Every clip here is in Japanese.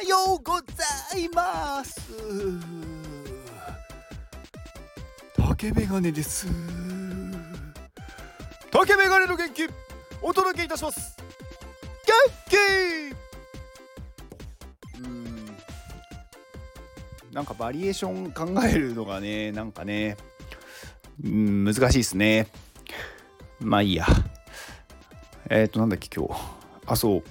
ようございます。竹メガネです。竹メガネの元気お届けいたします。元気なんかバリエーション考えるのがね、なんかね難しいですね。まあいいや。なんだっけ今日。そう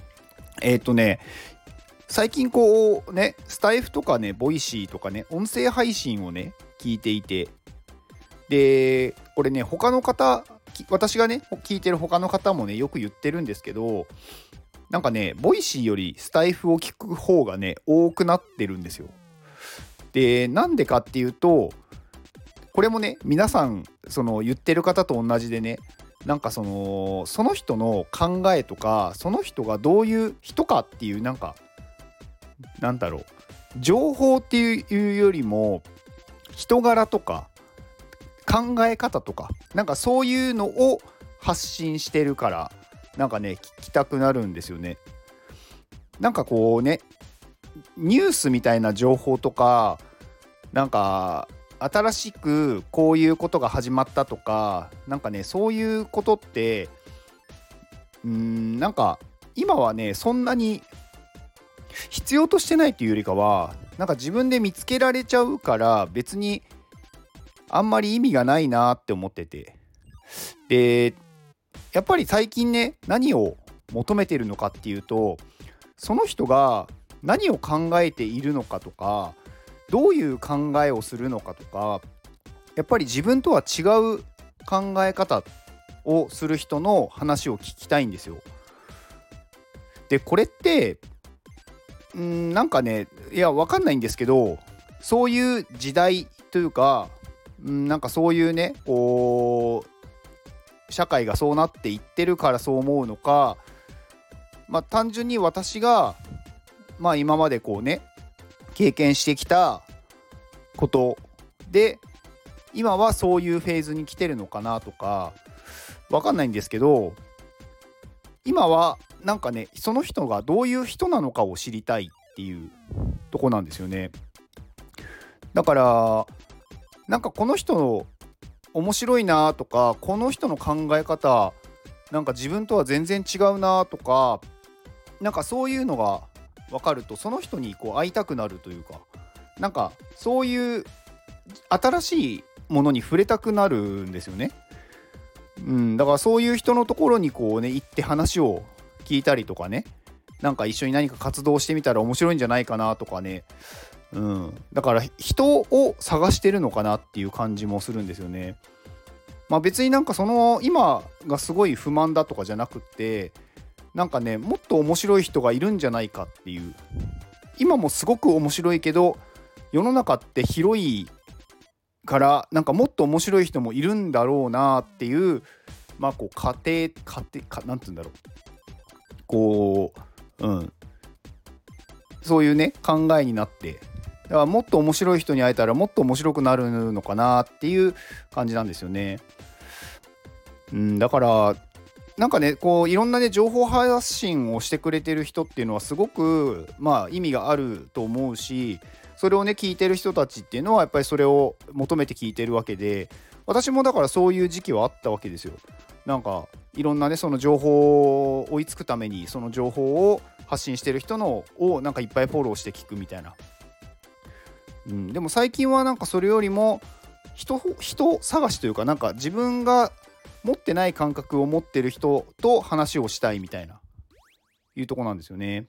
最近こうね、スタイフとかね、ボイシーとかね、音声配信をね聞いていて、でこれね、他の方、私がね聞いてる他の方もねよく言ってるんですけど、なんかねボイシーよりスタイフを聞く方がね多くなってるんですよ。でなんでかっていうと、これもね皆さんその言ってる方と同じでね、なんかその人の考えとか、その人がどういう人かっていう、なんだろう、情報っていうよりも人柄とか考え方とか、なんかそういうのを発信してるから、なんかね聞きたくなるんですよね。なんかこうね、ニュースみたいな情報とか、なんか新しくこういうことが始まったとか、なんかねそういうことってなんか今はねそんなに必要としてないというよりかは、なんか自分で見つけられちゃうから、別にあんまり意味がないなって思ってて、でやっぱり最近ね何を求めてるのかっていうと、その人が何を考えているのかとか、どういう考えをするのかとか、やっぱり自分とは違う考え方をする人の話を聞きたいんですよ。でこれってなんかね、いやわかんないんですけど、そういう時代というか、なんかそういうねこう社会がそうなっていってるからそう思うのか、単純に私が今までこうね経験してきたことで今はそういうフェーズに来てるのかなとか、わかんないんですけど、今はなんかねその人がどういう人なのかを知りたいっていうとこなんですよね。だからなんかこの人の面白いなとか、この人の考え方なんか自分とは全然違うなとか、なんかそういうのが分かると、その人にこう会いたくなるというか、なんかそういう新しいものに触れたくなるんですよね。だからそういう人のところにこうね行って話を聞いたりとかね、なんか一緒に何か活動してみたら面白いんじゃないかなとかね、だから人を探してるのかなっていう感じもするんですよね。別になんかその今がすごい不満だとかじゃなくって、なんかねもっと面白い人がいるんじゃないかっていう、今もすごく面白いけど世の中って広いから、なんかもっと面白い人もいるんだろうなっていう、こうなんて言うんだろう、こうそういうね考えになって、だからもっと面白い人に会えたらもっと面白くなるのかなっていう感じなんですよね。だからなんかねこういろんなね情報発信をしてくれてる人っていうのはすごく意味があると思うし、それをね聞いてる人たちっていうのはやっぱりそれを求めて聞いてるわけで、私もだからそういう時期はあったわけですよ。なんかいろんなねその情報を追いつくために、その情報を発信してる人のをなんかいっぱいフォローして聞くみたいな。でも最近はなんかそれよりも人探しというか、なんか自分が持ってない感覚を持ってる人と話をしたいみたいないうとこなんですよね。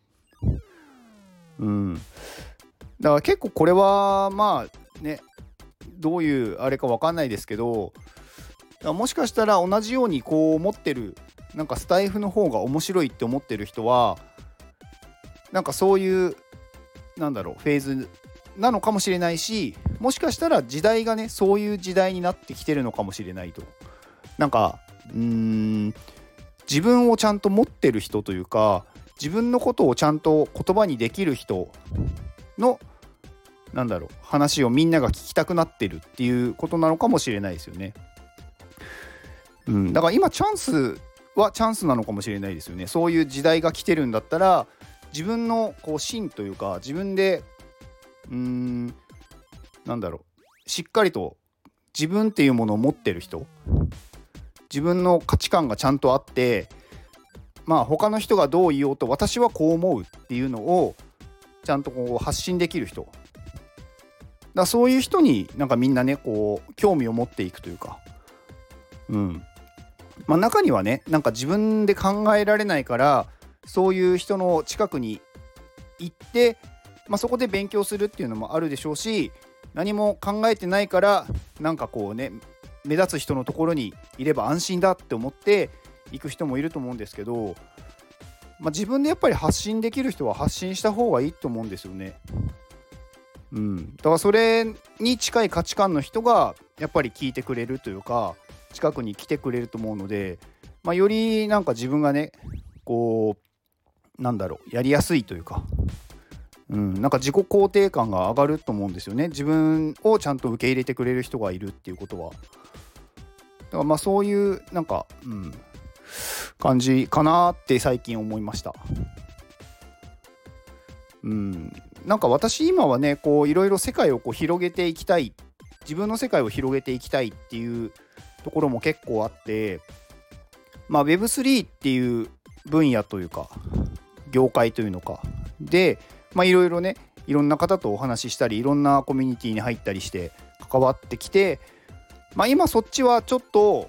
だから結構これはどういうあれか分かんないですけど、もしかしたら同じようにこう思ってる、なんかスタイフの方が面白いって思ってる人は、なんかそういうフェーズなのかもしれないし、もしかしたら時代がねそういう時代になってきてるのかもしれないと。なんか自分をちゃんと持ってる人というか、自分のことをちゃんと言葉にできる人の話をみんなが聞きたくなってるっていうことなのかもしれないですよね。だから今チャンスはチャンスなのかもしれないですよね。そういう時代が来てるんだったら、 自分のこう芯というか、自分でしっかりと自分っていうものを持ってる人、自分の価値観がちゃんとあって、他の人がどう言おうと私はこう思うっていうのをちゃんとこう発信できる人だ、そういう人にみんなねこう興味を持っていくというか、中にはね自分で考えられないからそういう人の近くに行って、そこで勉強するっていうのもあるでしょうし、何も考えてないから目立つ人のところにいれば安心だって思って行く人もいると思うんですけど、自分でやっぱり発信できる人は発信した方がいいと思うんですよね。だからそれに近い価値観の人がやっぱり聞いてくれるというか近くに来てくれると思うので、より自分がねこうやりやすいというか、自己肯定感が上がると思うんですよね。自分をちゃんと受け入れてくれる人がいるっていうことは。だからそういう感じかなって最近思いました。私今はねこういろいろ世界をこう広げていきたい、自分の世界を広げていきたいっていうところも結構あって、Web3 っていう分野というか業界というのかで、いろいろねいろんな方とお話ししたりいろんなコミュニティに入ったりして関わってきて、今そっちはちょっと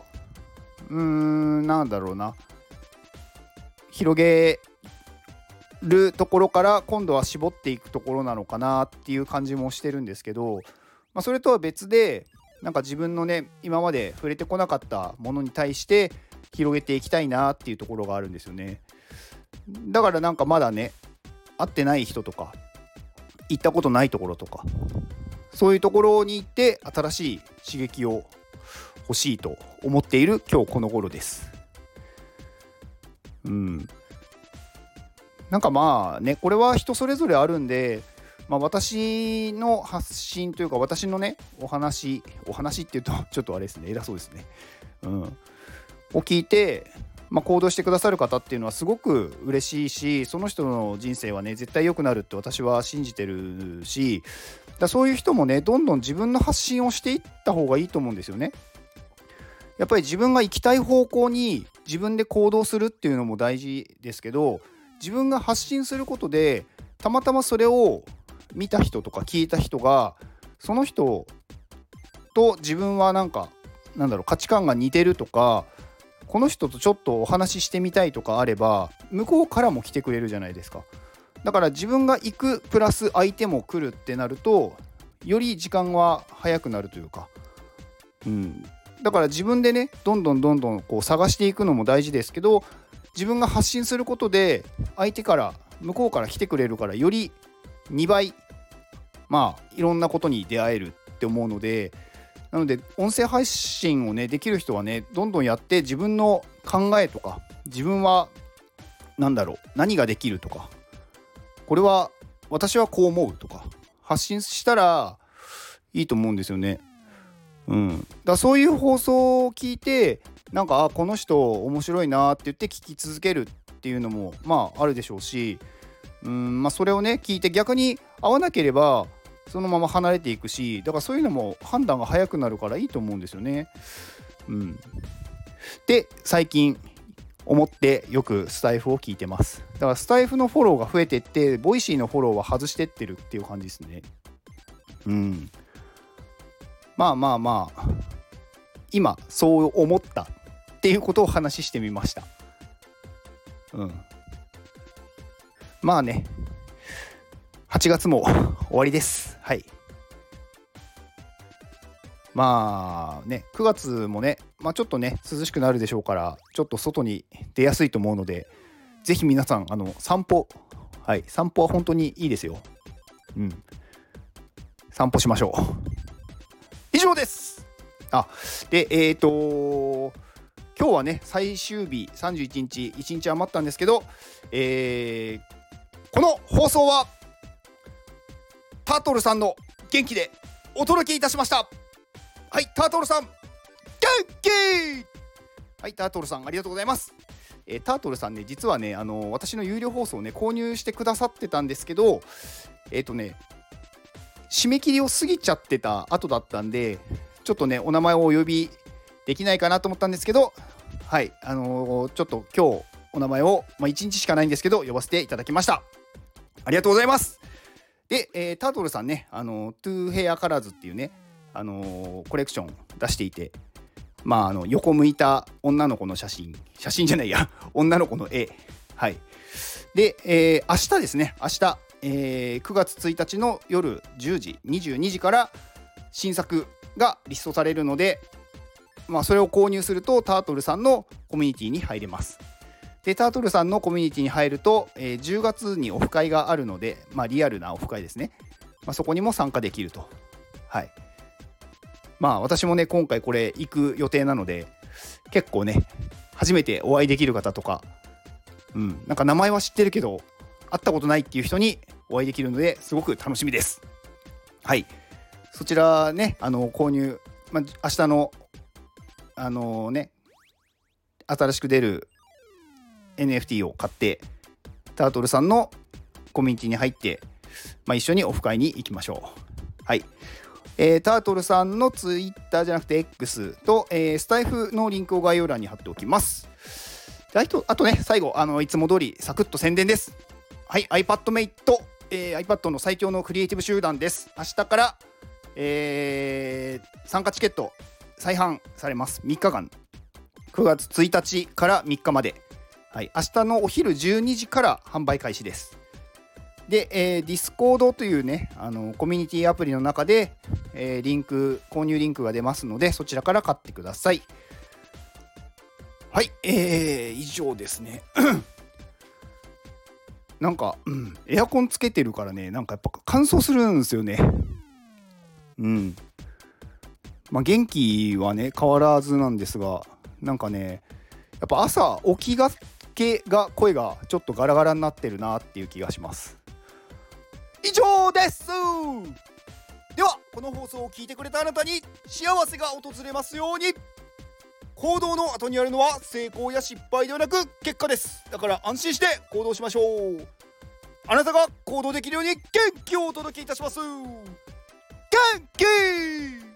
広げるところから今度は絞っていくところなのかなっていう感じもしてるんですけど、それとは別で自分のね今まで触れてこなかったものに対して広げていきたいなっていうところがあるんですよね。だからまだね会ってない人とか行ったことないところとかそういうところに行って新しい刺激を欲しいと思っている今日この頃です。これは人それぞれあるんで、私の発信というか私のねお話っていうとちょっとあれですね、偉そうですね、を聞いて、行動してくださる方っていうのはすごく嬉しいし、その人の人生はね絶対良くなるって私は信じてるし、そういう人もねどんどん自分の発信をしていった方がいいと思うんですよね。やっぱり自分が行きたい方向に自分で行動するっていうのも大事ですけど、自分が発信することでたまたまそれを見た人とか聞いた人がその人と自分は価値観が似てるとか、この人とちょっとお話ししてみたいとかあれば向こうからも来てくれるじゃないですか。だから自分が行くプラス相手も来るってなるとより時間は早くなるというか、だから自分でねどんどんこう探していくのも大事ですけど、自分が発信することで相手から向こうから来てくれるからより2倍いろんなことに出会えるって思うので、なので音声配信をねできる人はねどんどんやって自分の考えとか自分は何ができるとか、これは私はこう思うとか発信したらいいと思うんですよね。だそういう放送を聞いてこの人面白いなって言って聞き続けるっていうのもあるでしょうし、それをね聞いて逆に合わなければそのまま離れていくし、だからそういうのも判断が早くなるからいいと思うんですよね。で最近思ってよくスタイフを聞いてます。だからスタイフのフォローが増えてってボイシーのフォローは外してってるっていう感じですね。今そう思ったっていうことを話してみました。8月も終わりです。9月もねちょっとね涼しくなるでしょうからちょっと外に出やすいと思うので、ぜひ皆さん散歩は本当にいいですよ。散歩しましょう。以上です。で今日はね最終日31日1日余ったんですけど、この放送はタートルさんの元気でお届けいたしました。タートルさん元気。タートルさんありがとうございます。 タートルさんね、実はね、私の有料放送をね、購入してくださってたんですけど、締め切りを過ぎちゃってた後だったんで、ちょっとね、お名前をお呼びできないかなと思ったんですけど、はい、ちょっと今日、お名前を、1日しかないんですけど、呼ばせていただきました。ありがとうございます。で、タートルさんね、トゥーヘアカラーズっていうね、コレクション出していて、横向いた女の子の写真じゃないや、女の子の絵。はい。で、明日ですね、明日、9月1日の夜10時、22時から新作がリストされるので、それを購入するとタートルさんのコミュニティに入れます。で、タートルさんのコミュニティに入ると、10月にオフ会があるので、リアルなオフ会ですね。そこにも参加できると。はい。私もね、今回これ行く予定なので、結構ね、初めてお会いできる方とか、なんか名前は知ってるけど、会ったことないっていう人にお会いできるので、すごく楽しみです。はい。そちらね、購入、明日の、新しく出るNFT を買って、タートルさんのコミュニティに入って、一緒にオフ会に行きましょう。はい。タートルさんのツイッターじゃなくて X と、スタイフのリンクを概要欄に貼っておきます。あとね、最後、いつも通りサクッと宣伝です。はい、iPadMate、iPad の最強のクリエイティブ集団です。明日から、参加チケット再販されます。3日間。9月1日から3日まで。はい、明日のお昼12時から販売開始です。で、Discord というね、コミュニティアプリの中で、購入リンクが出ますので、そちらから買ってください。はい、以上ですね。なんか、エアコンつけてるからね、なんかやっぱ乾燥するんですよね。元気はね、変わらずなんですが、なんかね、やっぱ朝起きがけが声がちょっとガラガラになってるなっていう気がします。以上です。ではこの放送を聞いてくれたあなたに幸せが訪れますように。行動の後にあるのは成功や失敗ではなく結果です。だから安心して行動しましょう。あなたが行動できるように元気をお届けいたします。元気